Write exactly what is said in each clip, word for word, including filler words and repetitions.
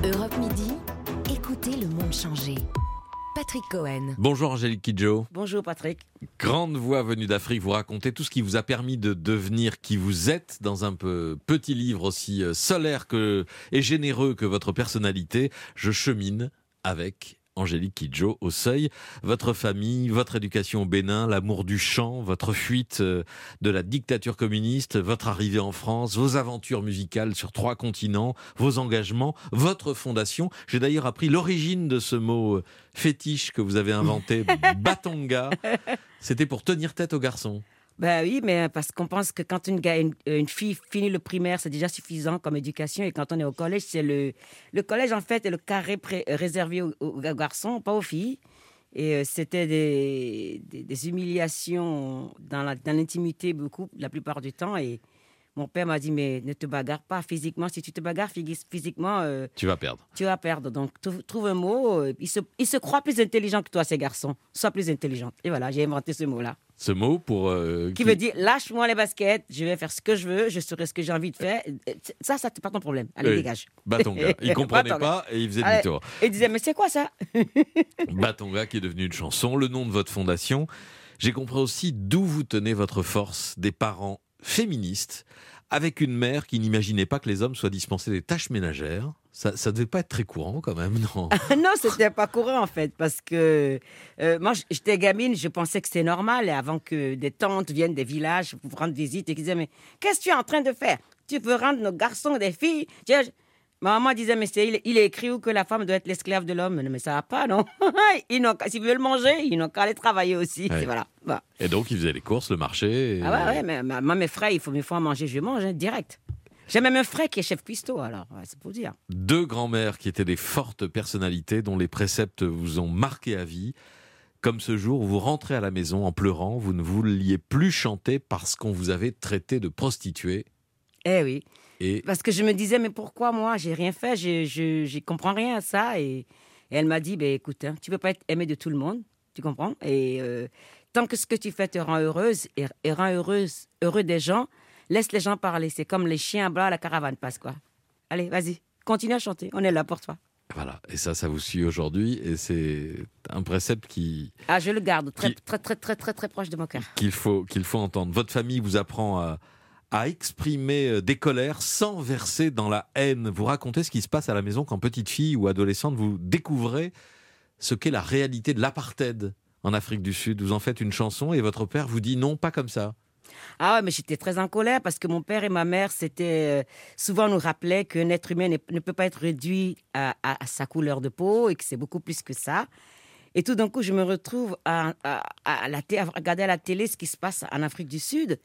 Europe Midi, écoutez le monde changer. Patrick Cohen. Bonjour Angélique Kidjo. Bonjour Patrick. Grande voix venue d'Afrique, vous racontez tout ce qui vous a permis de devenir qui vous êtes dans un peu petit livre aussi solaire que, et généreux que votre personnalité. Je chemine avec Angélique Kidjo au seuil. Votre famille, votre éducation au Bénin, l'amour du chant, votre fuite de la dictature communiste, votre arrivée en France, vos aventures musicales sur trois continents, vos engagements, votre fondation. J'ai d'ailleurs appris l'origine de ce mot fétiche que vous avez inventé, Batonga. C'était pour tenir tête aux garçons. Ben oui, mais parce qu'on pense que quand une, une, une fille finit le primaire, c'est déjà suffisant comme éducation. Et quand on est au collège, c'est le... Le collège, en fait, est le carré pré, réservé aux, aux garçons, pas aux filles. Et euh, c'était des, des, des humiliations dans, la, dans l'intimité, beaucoup, la plupart du temps. Et mon père m'a dit, mais ne te bagarre pas physiquement. Si tu te bagarres physiquement... Euh, tu vas perdre. Tu vas perdre. Donc, trouve un mot. Euh, il, se, il se croit plus intelligent que toi, ces garçons. Sois plus intelligente. Et voilà, j'ai inventé ce mot-là. Ce mot pour... Euh, qui, qui veut dire, lâche-moi les baskets, je vais faire ce que je veux, je saurai ce que j'ai envie de faire. Ça, ça, c'est pas ton problème. Allez, oui. Dégage. Batonga. Il comprenait pas et il faisait demi-tour. Il disait, mais c'est quoi ça? Batonga, qui est devenu une chanson, le nom de votre fondation. J'ai compris aussi d'où vous tenez votre force, des parents féministes, avec une mère qui n'imaginait pas que les hommes soient dispensés des tâches ménagères. Ça ne devait pas être très courant quand même, non? Non, c'était pas courant en fait, parce que euh, moi, j'étais gamine, je pensais que c'était normal, et avant que des tantes viennent des villages pour rendre visite et qu'ils disaient, mais qu'est-ce que tu es en train de faire? Tu veux rendre nos garçons des filles? Ma maman disait, mais c'est, il, il est écrit où que la femme doit être l'esclave de l'homme? Mais ça va pas, non? Ils n'ont, s'ils veulent manger, ils n'ont qu'à aller travailler aussi. Ouais. Voilà. Bah. Et donc, ils faisaient les courses, le marché. Et... Ah ouais, ouais, mais moi, mes frères, il faut, il faut en manger, je mange, hein, direct. J'ai même un frère qui est chef cuistot, alors, ouais, c'est pour dire. Deux grands-mères qui étaient des fortes personnalités dont les préceptes vous ont marqué à vie. Comme ce jour où vous rentrez à la maison en pleurant, vous ne vouliez plus chanter parce qu'on vous avait traité de prostituée. Eh oui. Et... Parce que je me disais, mais pourquoi moi? J'ai rien fait, je ne comprends rien à ça. Et, et elle m'a dit, bah, écoute, hein, tu ne peux pas être aimée de tout le monde, tu comprends? Et euh, tant que ce que tu fais te rend heureuse et, et rend heureuse, heureux des gens, laisse les gens parler. C'est comme les chiens blancs à la caravane passe, quoi. Allez, vas-y, continue à chanter, on est là pour toi. Voilà, et ça, ça vous suit aujourd'hui, et c'est un précepte qui... Ah, je le garde très, qui, très, très, très, très, très proche de mon cœur. Qu'il faut, qu'il faut entendre. Votre famille vous apprend à... à exprimer des colères sans verser dans la haine. Vous racontez ce qui se passe à la maison quand petite fille ou adolescente, vous découvrez ce qu'est la réalité de l'apartheid en Afrique du Sud. Vous en faites une chanson et votre père vous dit non, pas comme ça. Ah ouais, mais j'étais très en colère parce que mon père et ma mère, c'était, euh, souvent nous rappelaient qu'un être humain ne peut pas être réduit à, à, à sa couleur de peau et que c'est beaucoup plus que ça. Et tout d'un coup, je me retrouve à, à, à, la t- à regarder à la télé ce qui se passe en Afrique du Sud.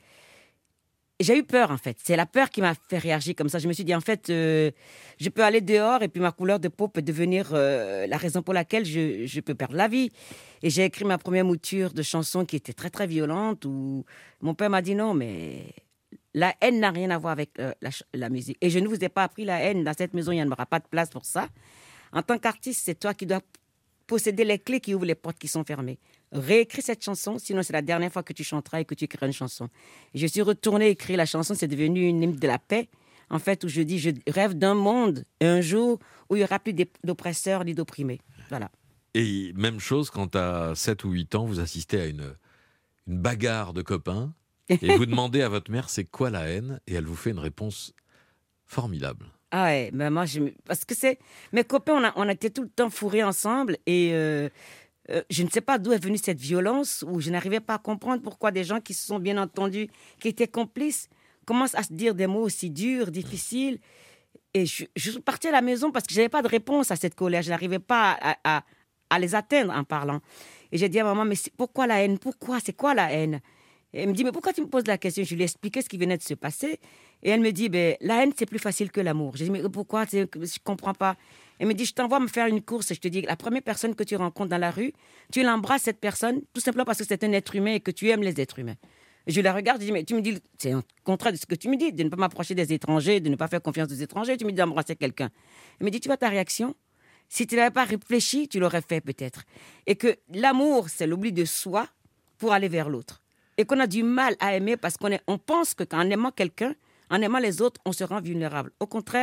J'ai eu peur, en fait. C'est la peur qui m'a fait réagir comme ça. Je me suis dit, en fait, euh, je peux aller dehors et puis ma couleur de peau peut devenir euh, la raison pour laquelle je, je peux perdre la vie. Et j'ai écrit ma première mouture de chanson qui était très, très violente où mon père m'a dit non, mais la haine n'a rien à voir avec euh, la, la musique. Et je ne vous ai pas appris la haine. Dans cette maison, il n'y en aura pas de place pour ça. En tant qu'artiste, c'est toi qui dois posséder les clés qui ouvrent les portes qui sont fermées. Réécris cette chanson, sinon c'est la dernière fois que tu chanteras et que tu écriras une chanson. Et je suis retournée écrire la chanson, c'est devenu une hymne de la paix, en fait, où je dis, je rêve d'un monde, un jour, où il n'y aura plus d'oppresseurs ni d'opprimés. Voilà. Et même chose quand à sept ou huit ans, vous assistez à une, une bagarre de copains, et vous demandez à votre mère c'est quoi la haine, et elle vous fait une réponse formidable. Ah ouais, ben moi, je... parce que c'est... Mes copains, on a, on a été tout le temps fourrés ensemble et euh, euh, je ne sais pas d'où est venue cette violence où je n'arrivais pas à comprendre pourquoi des gens qui se sont bien entendus, qui étaient complices, commencent à se dire des mots aussi durs, difficiles. Et je, je suis partie à la maison parce que je n'avais pas de réponse à cette colère. Je n'arrivais pas à, à, à les atteindre en parlant. Et j'ai dit à maman, mais pourquoi la haine? Pourquoi? C'est quoi la haine? Et elle me dit, mais pourquoi tu me poses la question? Je lui ai expliqué ce qui venait de se passer. Et elle me dit, ben, la haine, c'est plus facile que l'amour. J'ai dit, mais pourquoi? Je ne comprends pas. Elle me dit, je t'envoie me faire une course. Et je te dis, la première personne que tu rencontres dans la rue, tu l'embrasses, cette personne, tout simplement parce que c'est un être humain et que tu aimes les êtres humains. Et je la regarde, je dis, mais tu me dis, c'est un contraire de ce que tu me dis, de ne pas m'approcher des étrangers, de ne pas faire confiance aux étrangers. Tu me dis d'embrasser quelqu'un. Elle me dit, tu vois ta réaction? Si tu n'avais pas réfléchi, tu l'aurais fait peut-être. Et que l'amour, c'est l'oubli de soi pour aller vers l'autre. Et qu'on a du mal à aimer parce qu'on est, on pense que qu'en aimant quelqu'un, en aimant les autres, on se rend vulnérable. Au contraire,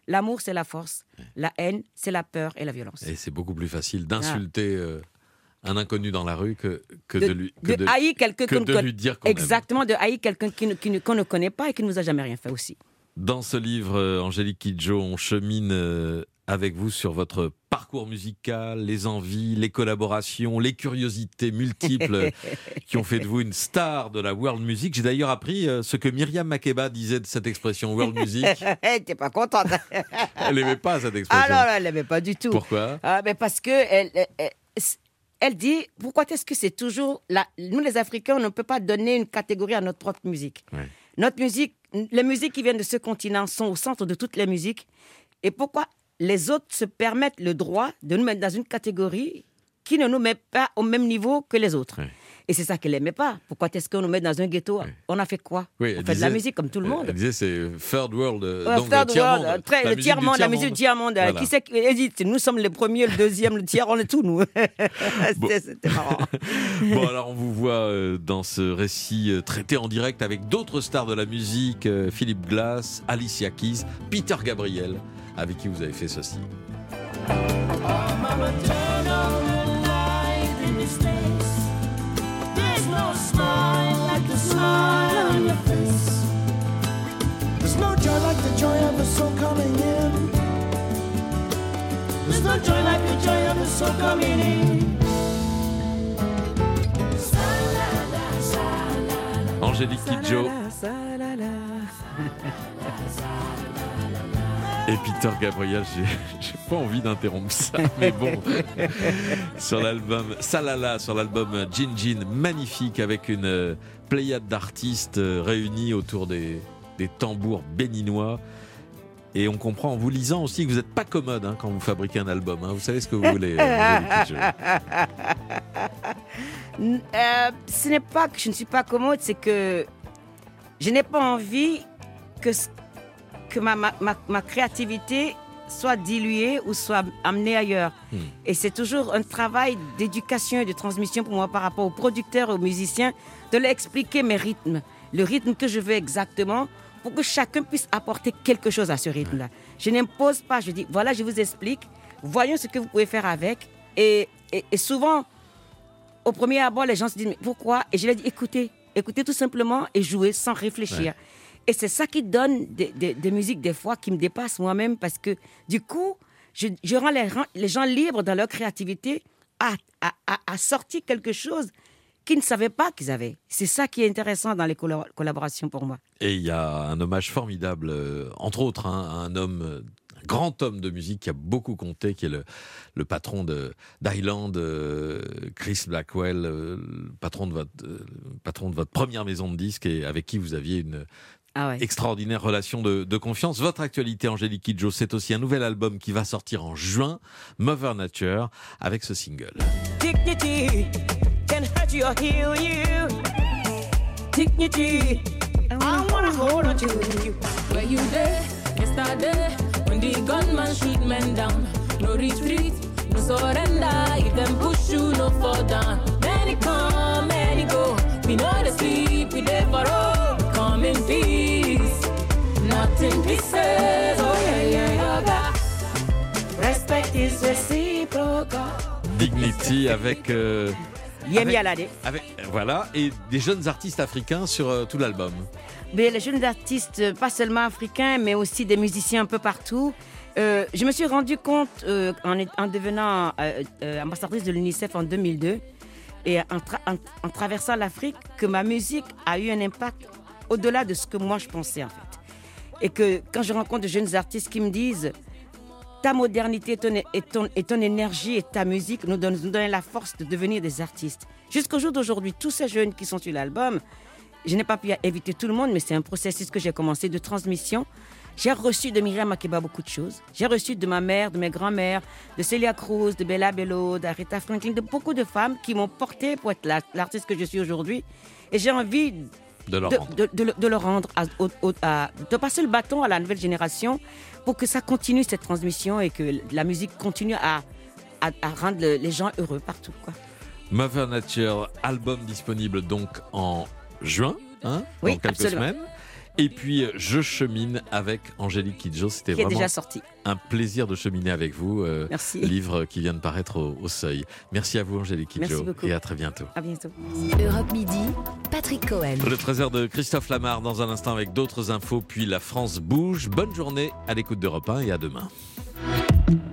L'amour, c'est la force. La haine, c'est la peur et la violence. Et c'est beaucoup plus facile d'insulter euh, un inconnu dans la rue que, que de, de lui que de haïr quelqu'un que qu'on de ne lui dire qu'on Exactement, de haïr quelqu'un qui ne- qui ne- qu'on ne connaît pas et qui ne nous a jamais rien fait aussi. Dans ce livre, euh, Angélique Kidjo, on chemine euh, avec vous sur votre parcours musical, les envies, les collaborations, les curiosités multiples qui ont fait de vous une star de la world music. J'ai d'ailleurs appris euh, ce que Myriam Makeba disait de cette expression world music. T'es pas contente. Elle n'aimait pas cette Ah expression. non, non, elle n'aimait pas du tout. Pourquoi? Ah, ben parce que elle, elle, elle- elle dit, pourquoi est-ce que c'est toujours... La... Nous, les Africains, on ne peut pas donner une catégorie à notre propre musique. Ouais. Notre musique, les musiques qui viennent de ce continent sont au centre de toutes les musiques. Et pourquoi les autres se permettent le droit de nous mettre dans une catégorie qui ne nous met pas au même niveau que les autres? Ouais. Et c'est ça qu'elle n'aimait pas. Pourquoi est-ce qu'on nous met dans un ghetto? Ouais. On a fait quoi? Oui, On elle fait de la disait- musique comme tout le monde. Elle disait c'est third world, euh, Ouais, donc third le tiers-monde. world, très- La le musique tiers-monde, du la musique du tiers-monde. Voilà. Qui c'est qui elle dit, nous sommes le premier, le deuxième, le tiers, on est tout, nous. Bon. C'était c'était marrant. Bon, alors on vous voit euh, dans ce récit euh, traité en direct avec d'autres stars de la musique, euh, Philip Glass, Alicia Keys, Peter Gabriel, avec qui vous avez fait ceci. Mama, turn on the light in this place. There's no smile like the smile on your face. There's no joy like the joy of the soul coming in. There's no joy like the joy of the soul coming in. Angélique Kidjo et Peter Gabriel, j'ai, j'ai pas envie d'interrompre ça, mais bon, sur l'album Salala, sur l'album Gin Gin, magnifique, avec une euh, pléiade d'artistes euh, réunis autour des, des tambours béninois. Et on comprend en vous lisant aussi que vous n'êtes pas commode hein, quand vous fabriquez un album. Hein. Vous savez ce que vous voulez, Angélique Kidjo. Euh, ce n'est pas que je ne suis pas commode, c'est que je n'ai pas envie que, ce- que ma, ma, ma, ma créativité soit diluée ou soit amenée ailleurs. Hmm. Et c'est toujours un travail d'éducation et de transmission pour moi par rapport aux producteurs et aux musiciens, de leur expliquer mes rythmes, le rythme que je veux exactement, pour que chacun puisse apporter quelque chose à ce rythme-là. Je n'impose pas, je dis, voilà, je vous explique, voyons ce que vous pouvez faire avec. Et, et, et souvent, au premier abord, les gens se disent, mais pourquoi? Et je leur dis, écoutez, écoutez tout simplement et jouez sans réfléchir. Ouais. Et c'est ça qui donne des, des, des musiques, des fois, qui me dépassent moi-même, parce que du coup, je, je rends les, les gens libres dans leur créativité à, à, à, à sortir quelque chose qu'ils ne savaient pas qu'ils avaient. C'est ça qui est intéressant dans les collo- collaborations pour moi. Et il y a un hommage formidable, euh, entre autres, hein, à un homme, euh, un grand homme de musique qui a beaucoup compté, qui est le, le patron de d'Island, euh, Chris Blackwell, euh, le patron de votre euh, le patron de votre première maison de disques et avec qui vous aviez une Ah ouais. extraordinaire relation de, de confiance. Votre actualité, Angélique Kidjo, c'est aussi un nouvel album qui va sortir en juin, Mother Nature, avec ce single. Dignity can hurt you or heal you. Dignity, I wanna hold on to you. Where you there, yesterday, when the gunman shoot men down. No retreat, no surrender. If them push you, no fall down. Many come, many go. We know the sleep, we there for all. We come in peace, not in pieces. Oh yeah, yeah, yeah, God. Respect is reciprocal. Dignity avec, euh, Yemi avec- Alade. avec voilà, et des jeunes artistes africains sur euh, tout l'album. Mais les jeunes artistes, euh, pas seulement africains, mais aussi des musiciens un peu partout. Euh, je me suis rendu compte euh, en, est- en devenant euh, euh, ambassadrice de l'UNICEF en deux mille deux et en, tra- en- en traversant l'Afrique que ma musique a eu un impact au-delà de ce que moi je pensais en fait. Et que quand je rencontre de jeunes artistes qui me disent ta modernité ton, et, ton, et ton énergie et ta musique nous donnent, nous donnent la force de devenir des artistes. Jusqu'au jour d'aujourd'hui, tous ces jeunes qui sont sur l'album, je n'ai pas pu éviter tout le monde, mais c'est un processus que j'ai commencé de transmission. J'ai reçu de Myriam Makeba beaucoup de choses. J'ai reçu de ma mère, de mes grands-mères, de Celia Cruz, de Bella Bello, d'Aretha Franklin, de beaucoup de femmes qui m'ont porté pour être la- l'artiste que je suis aujourd'hui. Et j'ai envie De leur de, rendre. de- de le- de le rendre, à- au- au- à- de passer le bâton à la nouvelle génération pour que ça continue cette transmission et que la musique continue à, à, à rendre le- les gens heureux partout, quoi. Mother Nature, album disponible donc en juin, hein, Oui, dans quelques absolument. semaines. Et puis, je chemine avec Angélique Kidjo. C'était Qui est vraiment déjà sorti. un plaisir de cheminer avec vous. Euh, Merci. Livre qui vient de paraître au, au Seuil. Merci à vous, Angélique Kidjo. Merci beaucoup. Et à très bientôt. À bientôt. Europe Midi, Patrick Cohen. Le treize heures de Christophe Lamar dans un instant avec d'autres infos. Puis la France bouge. Bonne journée à l'écoute d'Europe un et à demain.